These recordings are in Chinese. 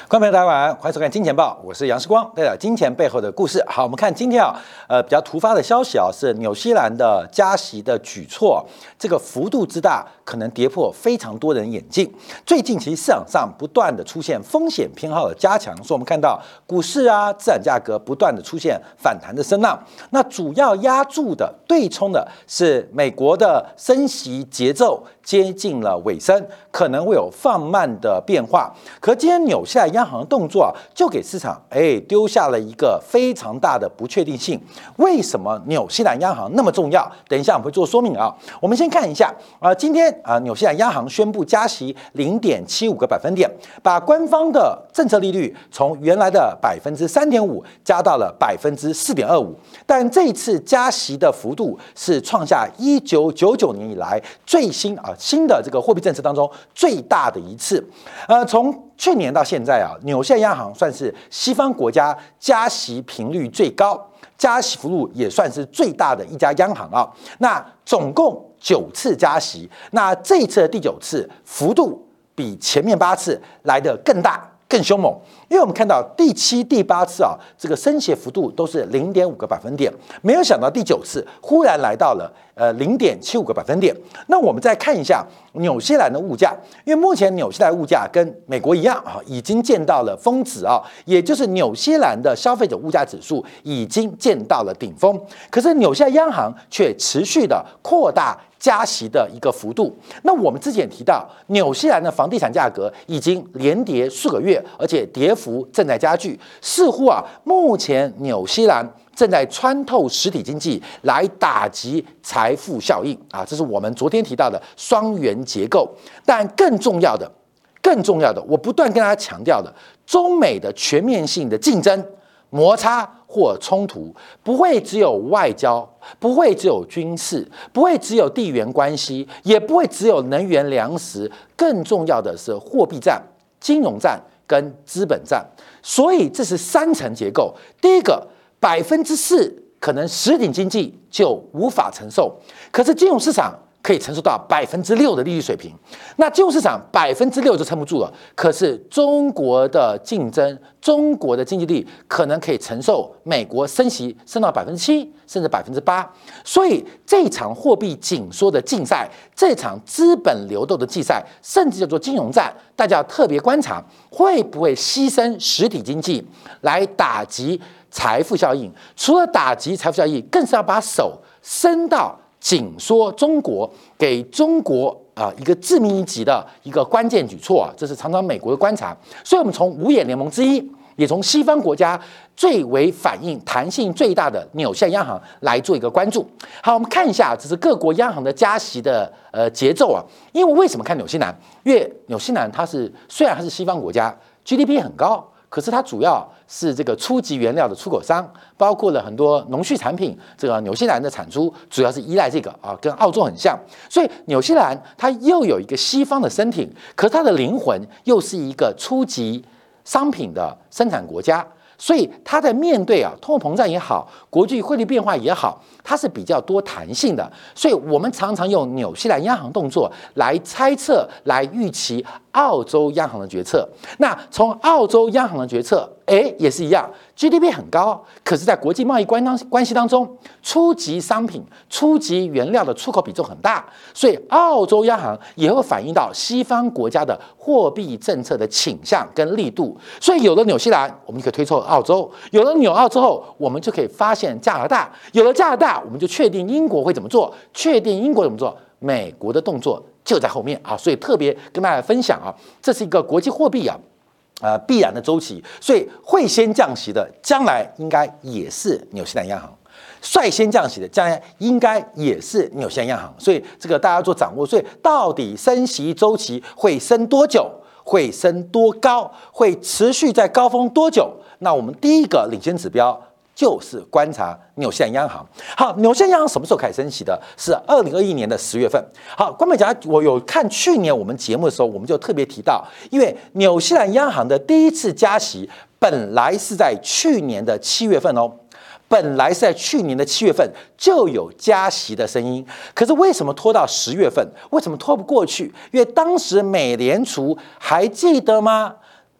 观众朋友大家晚安，欢迎收看《金钱报》，我是杨世光，带来金钱背后的故事。好，我们看今天比较突发的消息是纽西兰的加息的举措，这个幅度之大，可能跌破非常多人眼镜。最近其实市场上不断的出现风险偏好的加强，所以我们看到股市资产价格不断的出现反弹的声浪。那主要压住的对冲的是美国的升息节奏接近了尾声，可能会有放慢的变化。可今天纽西兰央行的动作就给市场丢下了一个非常大的不确定性。为什么纽西兰央行那么重要？等一下我们会做说明啊。我们先看一下今天纽西兰央行宣布加息0.75个百分点，把官方的政策利率从原来的3.5%加到了4.25%。但这一次加息的幅度是创下1999年以来最新的这个货币政策当中最大的一次。从去年到现在纽西兰央行算是西方国家加息频率最高、加息幅度也算是最大的一家央行啊。那总共9次加息，那这一次的第9次幅度比前面8次来得更大、更凶猛。因为我们看到第7、第8次这个升息幅度都是0.5个百分点，没有想到第9次忽然来到了0.75个百分点。那我们再看一下纽西兰的物价，因为目前纽西兰物价跟美国一样已经见到了峰值也就是纽西兰的消费者物价指数已经见到了顶峰。可是纽西兰央行却持续的扩大加息的一个幅度。那我们之前提到，纽西兰的房地产价格已经连跌数个月，而且跌幅正在加剧，似乎目前纽西兰正在穿透实体经济来打击财富效应这是我们昨天提到的双元结构。但更重要的，我不断跟大家强调的，中美的全面性的竞争、摩擦或冲突，不会只有外交，不会只有军事，不会只有地缘关系，也不会只有能源粮食，更重要的是货币战、金融战跟资本战。所以这是3层结构。第一个，4%可能实体经济就无法承受，可是金融市场可以承受到6%的利率水平。那金融市场6%就撑不住了，可是中国的竞争、中国的经济力可能可以承受美国升息升到7%甚至8%。所以这场货币紧缩的竞赛，这场资本流动的竞赛，甚至叫做金融战，大家要特别观察会不会牺牲实体经济来打击财富效应。除了打击财富效应，更是要把手伸到紧缩中国，给中国一个致命一击的一个关键举措这是常常美国的观察。所以我们从五眼联盟之一，也从西方国家最为反应弹性最大的纽西兰央行来做一个关注。好，我们看一下这是各国央行的加息的节奏因为为什么看纽西兰？因为纽西兰虽然它是西方国家 ，GDP 很高，可是它主要是这个初级原料的出口商，包括了很多农畜产品。这个纽西兰的产出主要是依赖这个跟澳洲很像。所以纽西兰它又有一个西方的身体，可是它的灵魂又是一个初级商品的生产国家。所以它在面对通货膨胀也好，国际汇率变化也好，它是比较多弹性的。所以我们常常用纽西兰央行动作来猜测、来预期澳洲央行的决策。那从澳洲央行的决策，也是一样 ，GDP 很高，可是在国际贸易关系当中，初级商品、初级原料的出口比重很大，所以澳洲央行也会反映到西方国家的货币政策的倾向跟力度。所以有了纽西兰，我们可以推测澳洲；有了纽澳之后，我们就可以发现加拿大；有了加拿大，我们就确定英国会怎么做，确定英国怎么做，美国的动作就在后面所以特别跟大家分享这是一个国际货币必然的周期，所以会先降息的，将来应该也是纽西兰央行；率先降息的，将来应该也是纽西兰央行。所以这个大家做掌握。所以到底升息周期会升多久？会升多高？会持续在高峰多久？那我们第一个领先指标就是观察纽西兰央行。好，纽西兰央行什么时候开始升息的？是2021年的10月份。好，关美讲，我有看去年我们节目的时候，我们就特别提到，因为纽西兰央行的第一次加息本来是在去年的7月份本来是在去年的7月份就有加息的声音，可是为什么拖到10月份？为什么拖不过去？因为当时美联储还记得吗？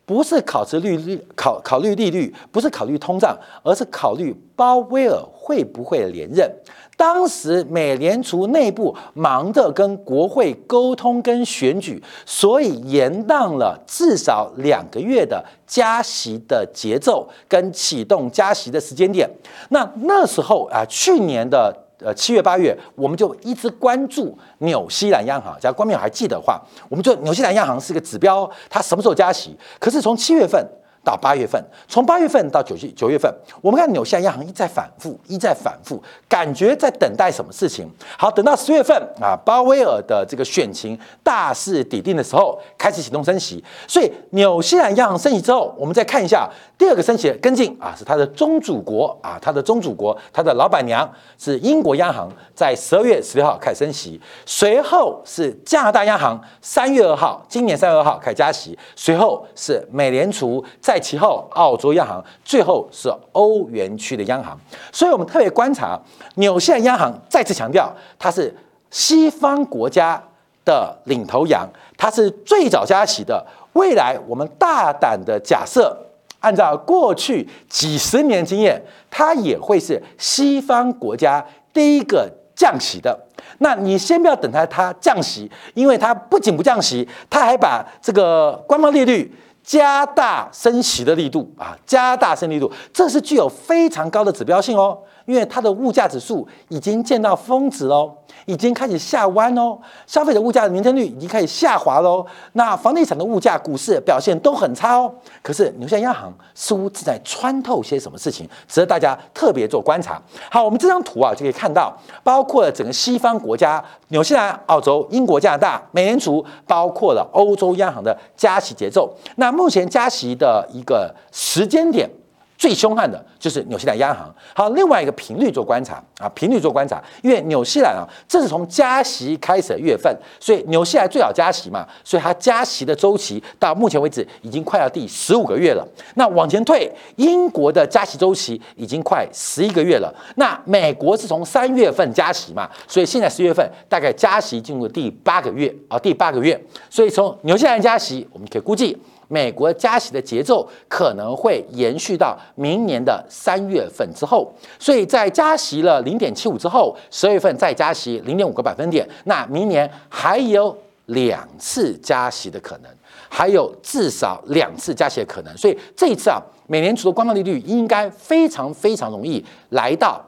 不是考虑利率，不是考虑通胀，而是考虑鲍威尔会不会连任。当时美联储内部忙着跟国会沟通跟选举，所以延宕了至少2个月的加息的节奏跟启动加息的时间点。那时候啊，去年的7月8月，我们就一直关注纽西兰央行。假如观众还记得的话，我们就纽西兰央行是个指标，它什么时候加息？可是从7月份到8月份，从8月份到9月份，我们看纽西兰央行一再反复，感觉在等待什么事情。好，等到10月份啊，鲍威尔的这个选情大势已定的时候，开始启动升息。所以纽西兰央行升息之后，我们再看一下第二个升息的跟进啊，是它的宗主国啊，它的老板娘是英国央行，在12月16号开始升息，随后是加拿大央行3月2号，今年3月2号开始加息，随后是美联储，在其后澳洲央行，最后是欧元区的央行。所以我们特别观察纽西兰央行，再次强调它是西方国家的领头羊，它是最早加息的。未来我们大胆的假设，按照过去几十年经验，它也会是西方国家第一个降息的。那你先不要等它降息，因为它不仅不降息，它还把这个官方利率加大升息的力度啊，这是具有非常高的指标性哦，因为它的物价指数已经见到峰值喽，已经开始下弯哦，消费者物价的年增率已经开始下滑喽，那房地产的物价、股市的表现都很差哦。可是纽西兰央行似乎正在穿透些什么事情，值得大家特别做观察。好，我们这张图啊就可以看到，包括了整个西方国家，纽西兰、澳洲、英国、加拿大、美联储，包括了欧洲央行的加息节奏。那目前加息的一个时间点最凶悍的就是纽西兰央行。好，另外一个频率做观察啊，因为纽西兰啊，这是从加息开始的月份，所以纽西兰最早加息嘛，所以它加息的周期到目前为止已经快要第15个月了。那往前退，英国的加息周期已经快11个月了。那美国是从3月份加息嘛，所以现在10月份大概加息进入第8个月啊，所以从纽西兰加息，我们可以估计，美国加息的节奏可能会延续到明年的3月份之后，所以在加息了0.75之后，12月份再加息0.5个百分点，那明年还有2次加息的可能，还有至少2次加息的可能。所以这一次啊，美联储的官方利率应该非常容易来到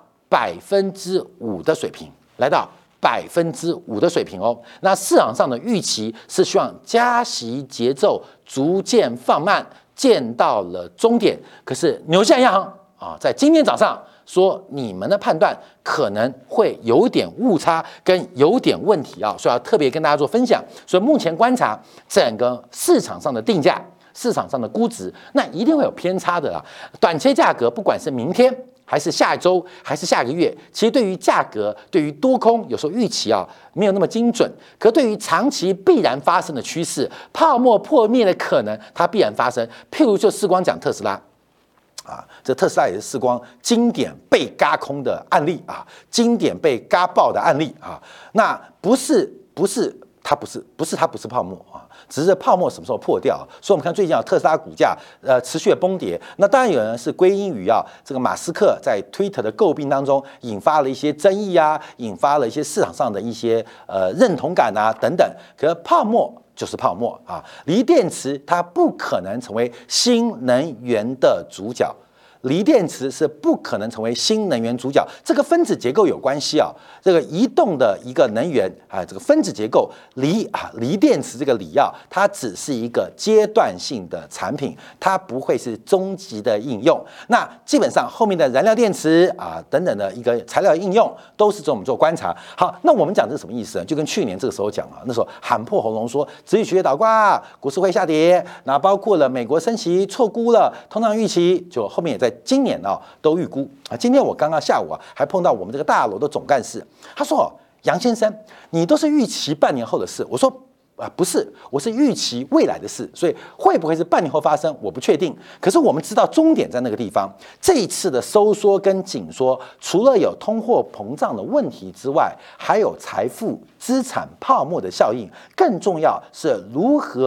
5%的水平，5%的水平哦。那市场上的预期是希望加息节奏逐渐放慢，见到了终点。可是纽西兰央行啊，在今天早上说，你们的判断可能会有点误差跟有点问题啊，所以要特别跟大家做分享。所以目前观察整个市场上的定价、市场上的估值，那一定会有偏差的啦。短期价格，不管是明天，还是下一周，还是下个月，其实对于价格，对于多空，有时候预期啊没有那么精准。可对于长期必然发生的趋势，泡沫破灭的可能，它必然发生。譬如就世光讲特斯拉啊，这特斯拉也是世光经典被嘎空的案例啊，经典被嘎爆的案例啊。那不是它不是泡沫啊。只是泡沫什么时候破掉？所以我们看最近啊，特斯拉股价持续的崩跌。那当然有人是归因于这个马斯克在 Twitter 的诟病当中引发了一些争议啊，引发了一些市场上的一些认同感啊等等。可是泡沫就是泡沫啊，锂电池它不可能成为新能源的主角。锂电池是不可能成为新能源主角，这个分子结构有关系啊。这个移动的一个能源啊，这个分子结构锂电池这个锂啊，它只是一个阶段性的产品，它不会是终极的应用。那基本上后面的燃料电池啊等等的一个材料应用，都是我们做观察。好，那我们讲这是什么意思呢？就跟去年这个时候讲啊，那时候喊破喉咙说殖利率倒挂，股市会下跌，那包括了美国升息错估了通胀预期，就后面也在今年都预估啊。今天我刚刚下午还碰到我们这个大楼的总干事，他说：“杨先生，你都是预期半年后的事。”我说：“不是，我是预期未来的事，所以会不会是半年后发生，我不确定。可是我们知道终点在那个地方。这一次的收缩跟紧缩，除了有通货膨胀的问题之外，还有财富资产泡沫的效应，更重要是如何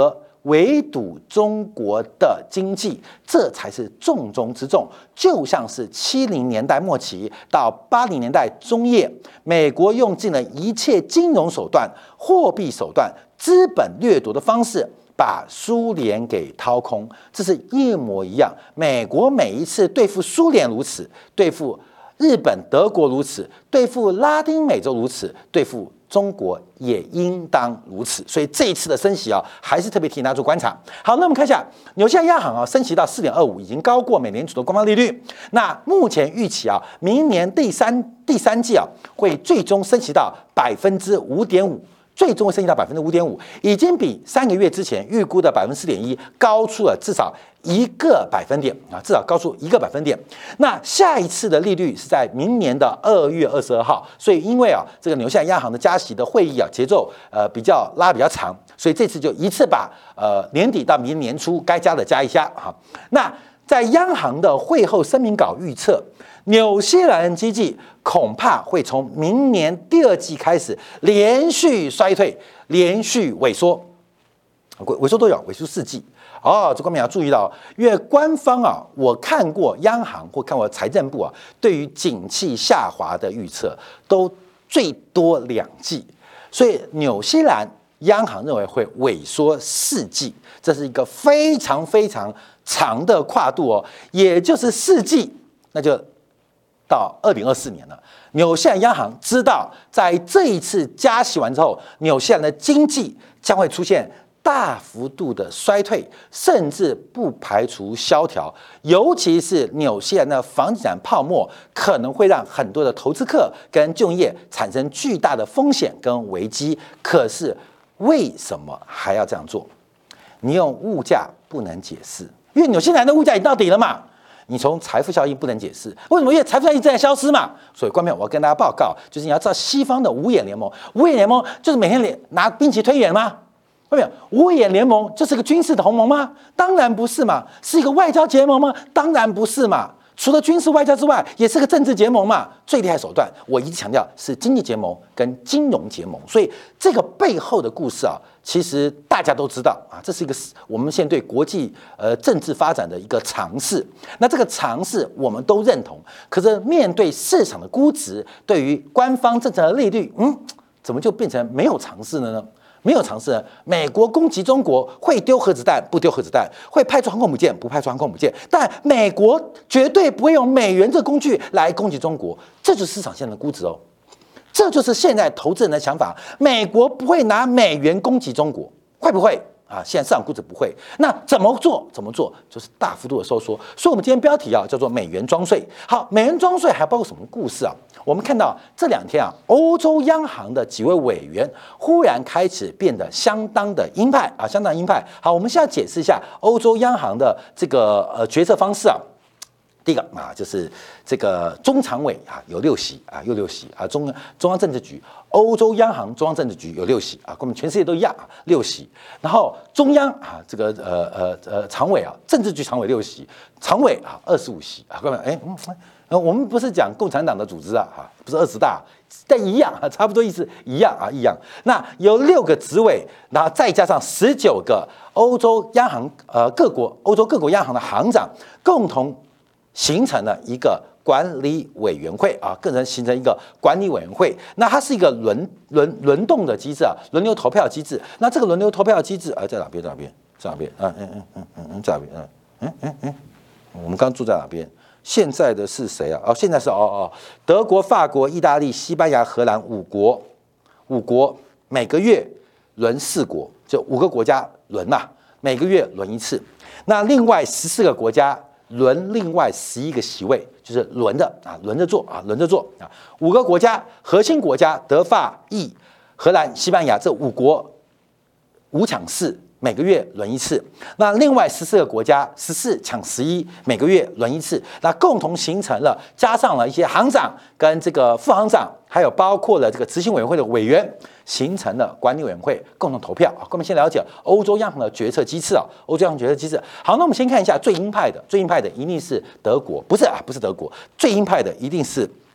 围堵中国的经济，这才是重中之重。就像是70年代末期到80年代中叶，美国用尽了一切金融手段、货币手段、资本掠夺的方式，把苏联给掏空。这是一模一样。美国每一次对付苏联如此，对付日本、德国如此，对付拉丁美洲如此，对付中国也应当如此。所以这一次的升息还是特别提拿出观察。好，那我们看一下纽西兰央行升息到4.25，已经高过美联储的官方利率。那目前预期明年第三季会最终升息到5.5%。最终会升息到5.5%，已经比3个月之前预估的4.1%高出了至少1个百分点至少高出1个百分点。那下一次的利率是在明年的2月22号，所以因为这个纽西兰央行的加息的会议节奏拉比较长，所以这次就一次把年底到明年初该加的加一下那在央行的会后声明稿预测，纽西兰经济恐怕会从明年第2季开始连续衰退、连续萎缩，萎缩多久？萎缩4季。这方面要注意到，因为官方我看过央行或看过财政部对于景气下滑的预测都最多2季，所以纽西兰央行认为会萎缩4季，这是一个非常非常长的跨度也就是4季，那就到2024年了。纽西兰央行知道，在这一次加息完之后，纽西兰的经济将会出现大幅度的衰退，甚至不排除萧条。尤其是纽西兰的房地产泡沫，可能会让很多的投资客跟就业产生巨大的风险跟危机。可是为什么还要这样做？你用物价不能解释，因为纽西兰的物价已经到底了嘛。你从财富效应不能解释，为什么？因为财富效应正在消失嘛。所以，观众，我要跟大家报告，就是你要知道西方的五眼联盟，五眼联盟就是每天拿兵棋推演吗？看到没有？五眼联盟就是个军事同盟吗？当然不是嘛。是一个外交结盟吗？当然不是嘛。除了军事外交之外，也是个政治结盟嘛。最厉害手段，我一直强调是经济结盟跟金融结盟。所以这个背后的故事其实大家都知道这是一个我们现在对国际政治发展的一个尝试。那这个尝试我们都认同，可是面对市场的估值，对于官方政策的利率，怎么就变成没有尝试了呢？没有尝试，美国攻击中国会丢核子弹不丢核子弹，会派出航空母舰不派出航空母舰，但美国绝对不会用美元这个工具来攻击中国，这就是市场现在的估值这就是现在投资人的想法。美国不会拿美元攻击中国，会不会？现在市场估值不会，那怎么做？怎么做？就是大幅度的收缩。所以，我们今天标题叫做美元装税。好，美元装税还包括什么故事我们看到这2天欧洲央行的几位委员忽然开始变得相当的鹰派相当鹰派。好，我们现在解释一下欧洲央行的这个决策方式第一个就是这个中常委有6席又6席中央政治局，欧洲央行中央政治局有6席跟我们全世界都一样6席。然后中央这个常委政治局常委6席，常委25席各位我们不是讲共产党的组织不是20大，但一样差不多意思一样一样。那有6个执委，然后再加上19个欧洲央行欧洲各国央行的行长共同形成了一个管理委员会个人形成一个管理委员会。那它是一个轮动的机制轮流投票机制。那这个轮流投票机制在哪边？在哪边？在哪边？在哪边？我们刚住在哪边？现在的是谁现在是德国、法国、意大利、西班牙、荷兰5国每个月轮4国，就5个国家轮每个月轮1次。那另外14个国家轮另外11个席位，就是轮着做5个国家核心国家德法意荷兰西班牙这5国5抢4，每个月轮1次。那另外14个国家14抢11，每个月轮1次。那共同形成了加上了一些行长跟这个副行长，还有包括了这个执行委员会的委员，形成了管理委员会共同投票我们先了解欧洲央行的决策机制欧洲央行决策机制。好，那我们先看一下最鹰派的一定是德国，不是德国，最鹰派的一定是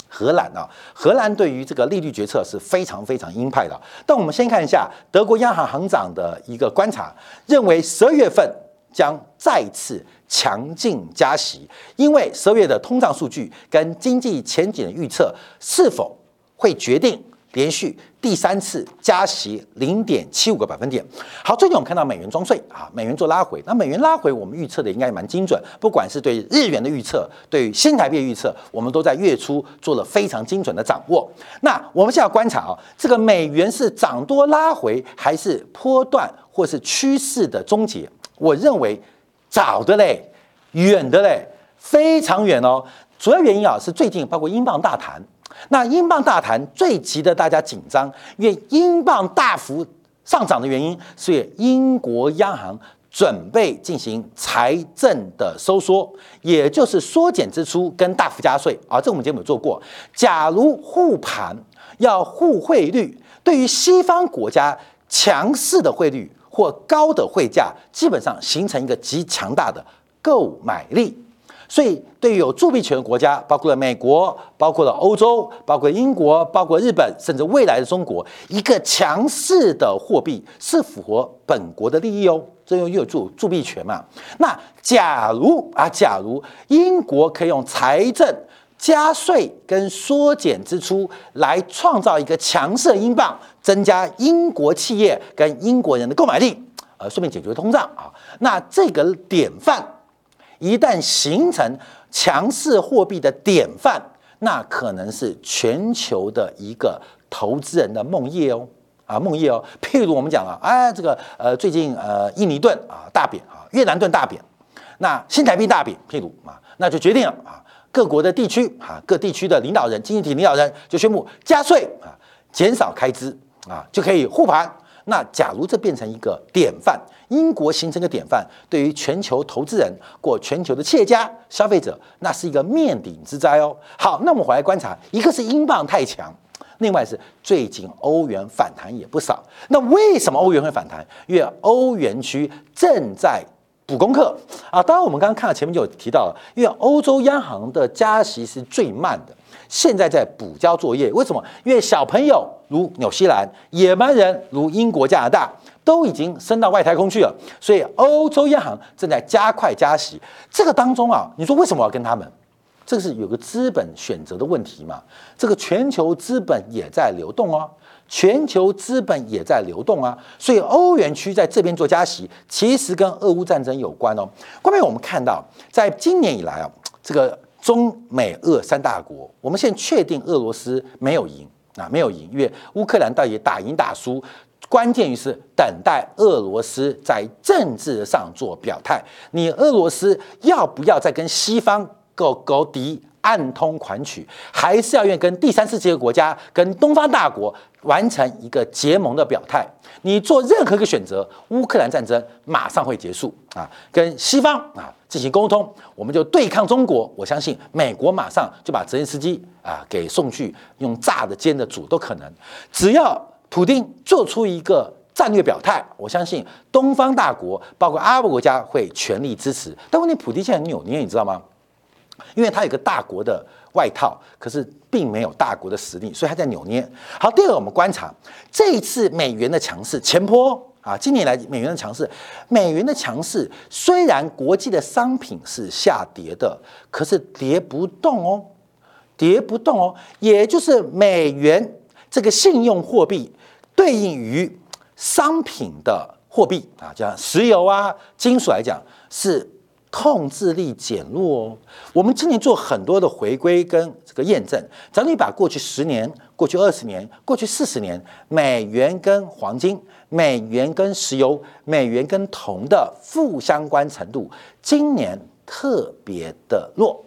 荷兰啊，荷兰对于这个利率决策是非常非常鹰派的。但我们先看一下德国央行行长的一个观察，认为12月份将再次强劲加息，因为12月的通胀数据跟经济前景的预测是否会决定连续第3次加息0.75个百分点。好，最近我们看到美元装税啊，美元做拉回。那美元拉回，我们预测的应该蛮精准，不管是对日元的预测，对于新台币的预测，我们都在月初做了非常精准的掌握。那我们现在要观察啊，这个美元是涨多拉回，还是波段或是趋势的终结？我认为早的嘞，远的嘞，非常远哦。主要原因啊是最近包括英镑大弹。那英镑大弹最急得大家紧张，因为英镑大幅上涨的原因，是因为英国央行准备进行财政的收缩，也就是缩减支出跟大幅加税啊。这我们节目有做过。假如护盘要护汇率，对于西方国家强势的汇率或高的汇价，基本上形成一个极强大的购买力。所以，对于有铸币权的国家，包括了美国，包括了欧洲，包括英国，包括日本，甚至未来的中国，一个强势的货币是符合本国的利益哦。这又有铸币权嘛？那假如英国可以用财政加税跟缩减支出来创造一个强势的英镑，增加英国企业跟英国人的购买力，顺便解决通胀啊。那这个典范。一旦形成强势货币的典范，那可能是全球的一个投资人的梦魇哦，梦魇哦。譬如我们讲这个最近印尼盾大贬越南盾大贬，那新台币大贬，譬如那就决定了各国的地区各地区的领导人、经济体领导人就宣布加税减少开支就可以护盘。那假如这变成一个典范，英国形成一个典范，对于全球投资人或全球的企业家、消费者，那是一个面顶之灾哦。好，那我们回来观察，一个是英镑太强，另外是最近欧元反弹也不少。那为什么欧元会反弹？因为欧元区正在补功课当然，我们刚刚看到前面就有提到了，因为欧洲央行的加息是最慢的。现在在补交作业，为什么？因为小朋友如纽西兰，野蛮人如英国、加拿大，都已经升到外太空去了，所以欧洲央行正在加快加息。这个当中你说为什么我要跟他们？这个是有个资本选择的问题嘛？这个全球资本也在流动全球资本也在流动所以欧元区在这边做加息，其实跟俄乌战争有关后面我们看到，在今年以来这个中美俄3大国，我们现在确定俄罗斯没有赢没有赢，因为乌克兰到底打赢打输，关键于是等待俄罗斯在政治上做表态。你俄罗斯要不要再跟西方勾敌暗通款曲，还是要愿意跟第3世界国家、跟东方大国完成一个结盟的表态？你做任何一个选择，乌克兰战争马上会结束跟西方进行沟通，我们就对抗中国。我相信美国马上就把泽连斯基给送去用炸的、煎的、煮都可能。只要普丁做出一个战略表态，我相信东方大国包括阿拉伯国家会全力支持。但问题，普丁现在扭捏，你知道吗？因为他有个大国的外套，可是并没有大国的实力，所以他在扭捏。好，第二个我们观察这一次美元的强势前波今年来美元的强势，虽然国际的商品是下跌的，可是跌不动哦，也就是美元这个信用货币对应于商品的货币像石油金属来讲是控制力减弱我们今年做很多的回归跟这个验证，只要你把过去10年、过去20年、过去40年美元跟黄金、美元跟石油、美元跟铜的负相关程度，今年特别的弱。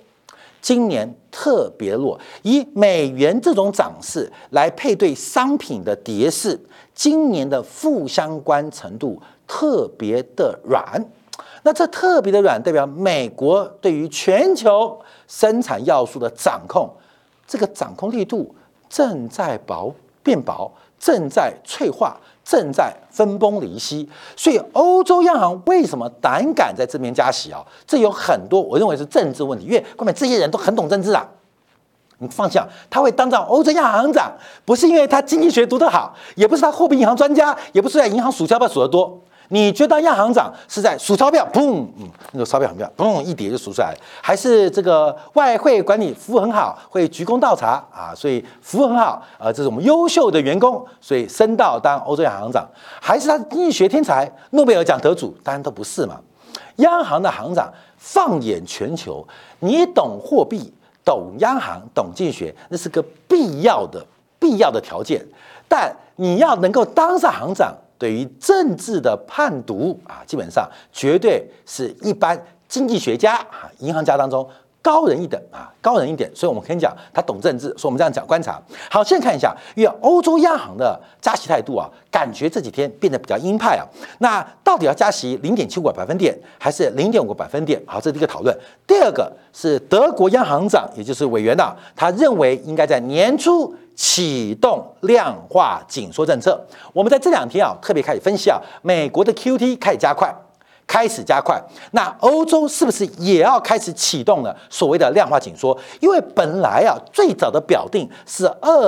以美元这种涨势来配对商品的跌势，今年的负相关程度特别的软。那这特别的软，代表美国对于全球生产要素的掌控，这个掌控力度正在变薄，正在脆化，正在分崩离析。所以欧洲央行为什么胆敢在这边加息这有很多我认为是政治问题，因为根本这些人都很懂政治你放心啊，他会当上欧洲央行行长，不是因为他经济学读得好，也不是他货币银行专家，也不是在银行数钞票数得多。你觉得当央行长是在数钞票，砰，那个钞票很漂亮，砰一叠就数出来，还是这个外汇管理服务很好，会鞠躬倒茶啊，所以服务很好，这是我们优秀的员工，所以升到当欧洲央行行长，还是他经济学天才，诺贝尔奖得主？当然都不是嘛。央行的行长放眼全球，你懂货币、懂央行、懂经济学，那是个必要的条件，但你要能够当上行长。对于政治的判读啊，基本上绝对是一般经济学家啊、银行家当中高人一等啊，高人一点。所以我们可以讲他懂政治，所以我们这样讲观察。好，现在看一下，因为欧洲央行的加息态度啊，感觉这几天变得比较鹰派啊。那到底要加息0.75个百分点，还是0.5个百分点？好，这是第一个讨论。第二个是德国央行长，也就是委员啊，他认为应该在年初启动量化紧缩政策。我们在这2天啊，特别开始分析啊，美国的 QT 开始加快，那欧洲是不是也要开始启动了所谓的量化紧缩？因为本来啊，最早的表定是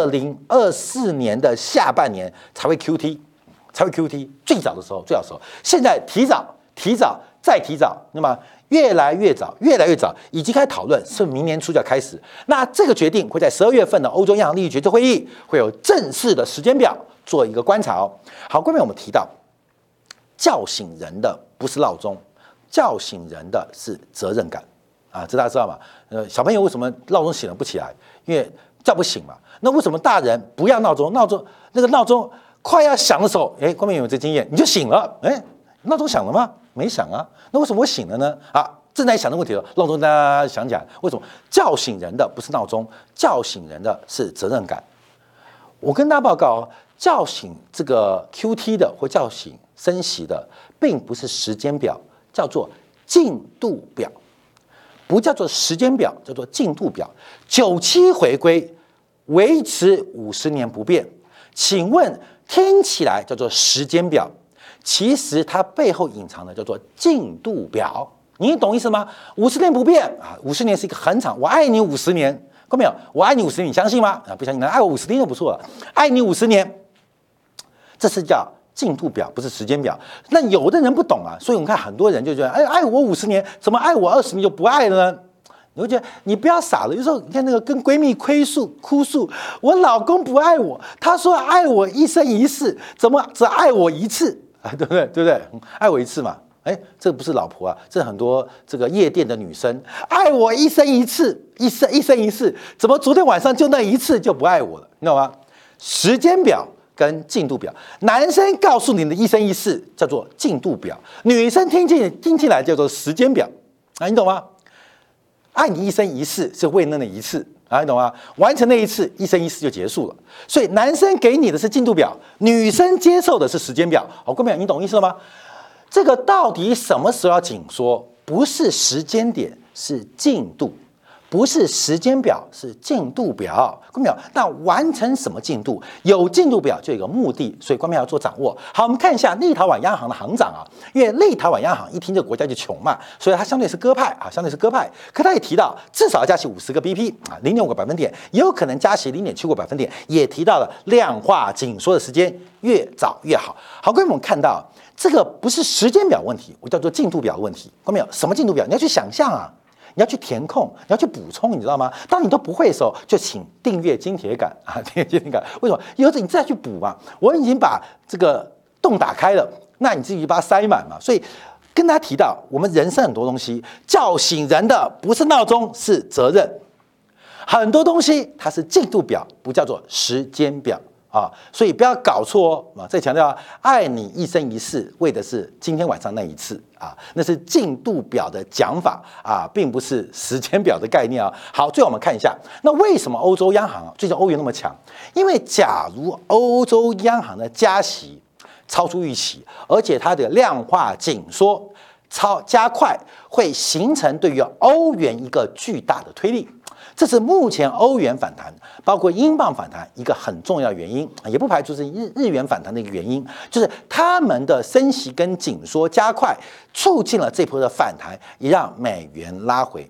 2024年的下半年才会 QT，最早的时候，现在提早，再提早，那么越来越早，已经开始讨论，是明年初就要开始。那这个决定会在12月份的欧洲央行利率决策会议会有正式的时间表做一个观察哦。好，关面我们提到，叫醒人的不是闹钟，叫醒人的是责任感啊，这大家知道吗？小朋友为什么闹钟醒了不起来？因为叫不醒嘛。那为什么大人不要闹钟？那个闹钟快要响的时候，关面有这经验，你就醒了，闹钟响了吗？没响啊，那为什么我醒了呢？啊，正在想的问题了，闹钟大家想起来，为什么叫醒人的不是闹钟，叫醒人的是责任感？我跟大家报告，叫醒这个 QT 的或叫醒升息的，并不是时间表，叫做进度表，不叫做时间表，叫做进度表。97回归，维持50年不变，请问听起来叫做时间表？其实它背后隐藏的叫做进度表，你懂意思吗？50年不变啊，50年是一个很长，我爱你50年，看到没有？我爱你50年，你相信吗？啊，不相信，爱我50天就不错了。爱你50年，这是叫进度表，不是时间表。那有的人不懂啊，所以我们看很多人就觉得，爱我50年，怎么爱我20年就不爱了呢？你会觉得你不要傻了。有时候你看那个跟闺蜜哭诉，我老公不爱我，他说爱我一生一世，怎么只爱我一次？对不对？爱我一次嘛？这不是老婆啊，这很多这个夜店的女生爱我一生一次，一生一世，怎么昨天晚上就那一次就不爱我了？你懂吗？时间表跟进度表，男生告诉你的一生一世叫做进度表，女生听起来叫做时间表啊，你懂吗？爱你一生一世是为那一次。你懂吗？完成那一次，一生一世就结束了。所以男生给你的是进度表，女生接受的是时间表。好，各位，你懂意思了吗？这个到底什么时候要紧缩？不是时间点，是进度。不是时间表，是进度表。观众朋友，那完成什么进度？有进度表就有一个目的，所以观众朋友要做掌握。好，我们看一下立陶宛央行的行长啊，因为立陶宛央行一听这个国家就穷嘛，所以它相对是鸽派啊，可他也提到至少要加息50个 BP 啊，0.5个百分点，也有可能加息0.75个百分点，也提到了量化紧缩的时间越早越好。好，各位，我们看到这个不是时间表问题，我叫做进度表的问题。观众朋友，什么进度表？你要去想象啊。你要去填空，你要去补充，你知道吗？当你都不会的时候，就请订阅金铁杆啊，订阅金铁杆。为什么？以后你再去补嘛。我已经把这个洞打开了，那你自己把它塞满嘛。所以跟大家提到，我们人生很多东西，叫醒人的不是闹钟，是责任。很多东西它是进度表，不叫做时间表。所以不要搞错哦！再强调，爱你一生一世，为的是今天晚上那一次啊，那是进度表的讲法啊，并不是时间表的概念啊。好，最后我们看一下，那为什么欧洲央行最近欧元那么强？因为假如欧洲央行的加息超出预期，而且它的量化紧缩加快，会形成对于欧元一个巨大的推力。这是目前欧元反弹，包括英镑反弹一个很重要的原因，也不排除是日元反弹的一个原因，就是他们的升息跟紧缩加快，促进了这波的反弹，也让美元拉回。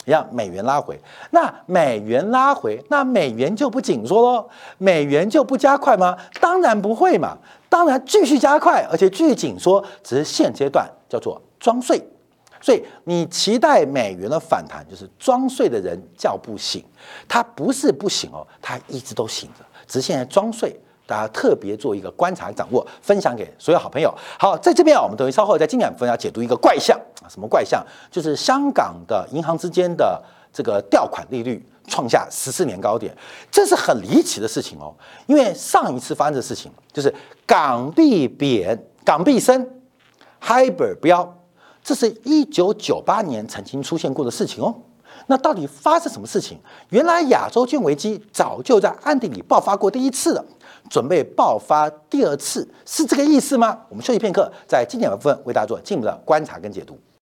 一样美元拉回。那美元拉回，那美元就不紧缩喽？美元就不加快吗？当然不会嘛，当然继续加快，而且继续紧缩，只是现阶段叫做装睡。所以你期待美元的反弹，就是装睡的人叫不醒，他不是不醒哦，他一直都醒着，只是现在装睡。大家特别做一个观察掌握，分享给所有好朋友。好，在这边啊，我们等于稍后在精讲部分要解读一个怪象啊，什么怪象？就是香港的银行之间的这个调款利率创下14年高点，这是很离奇的事情哦。因为上一次发生的事情就是港币贬、港币升 ，HIBOR 飙，这是1998年曾经出现过的事情哦。那到底发生什么事情？原来亚洲金融危机早就在暗地里爆发过第一次了，准备爆发第二次，是这个意思吗？我们休息片刻，在经典部分为大家做进一步的观察跟解读。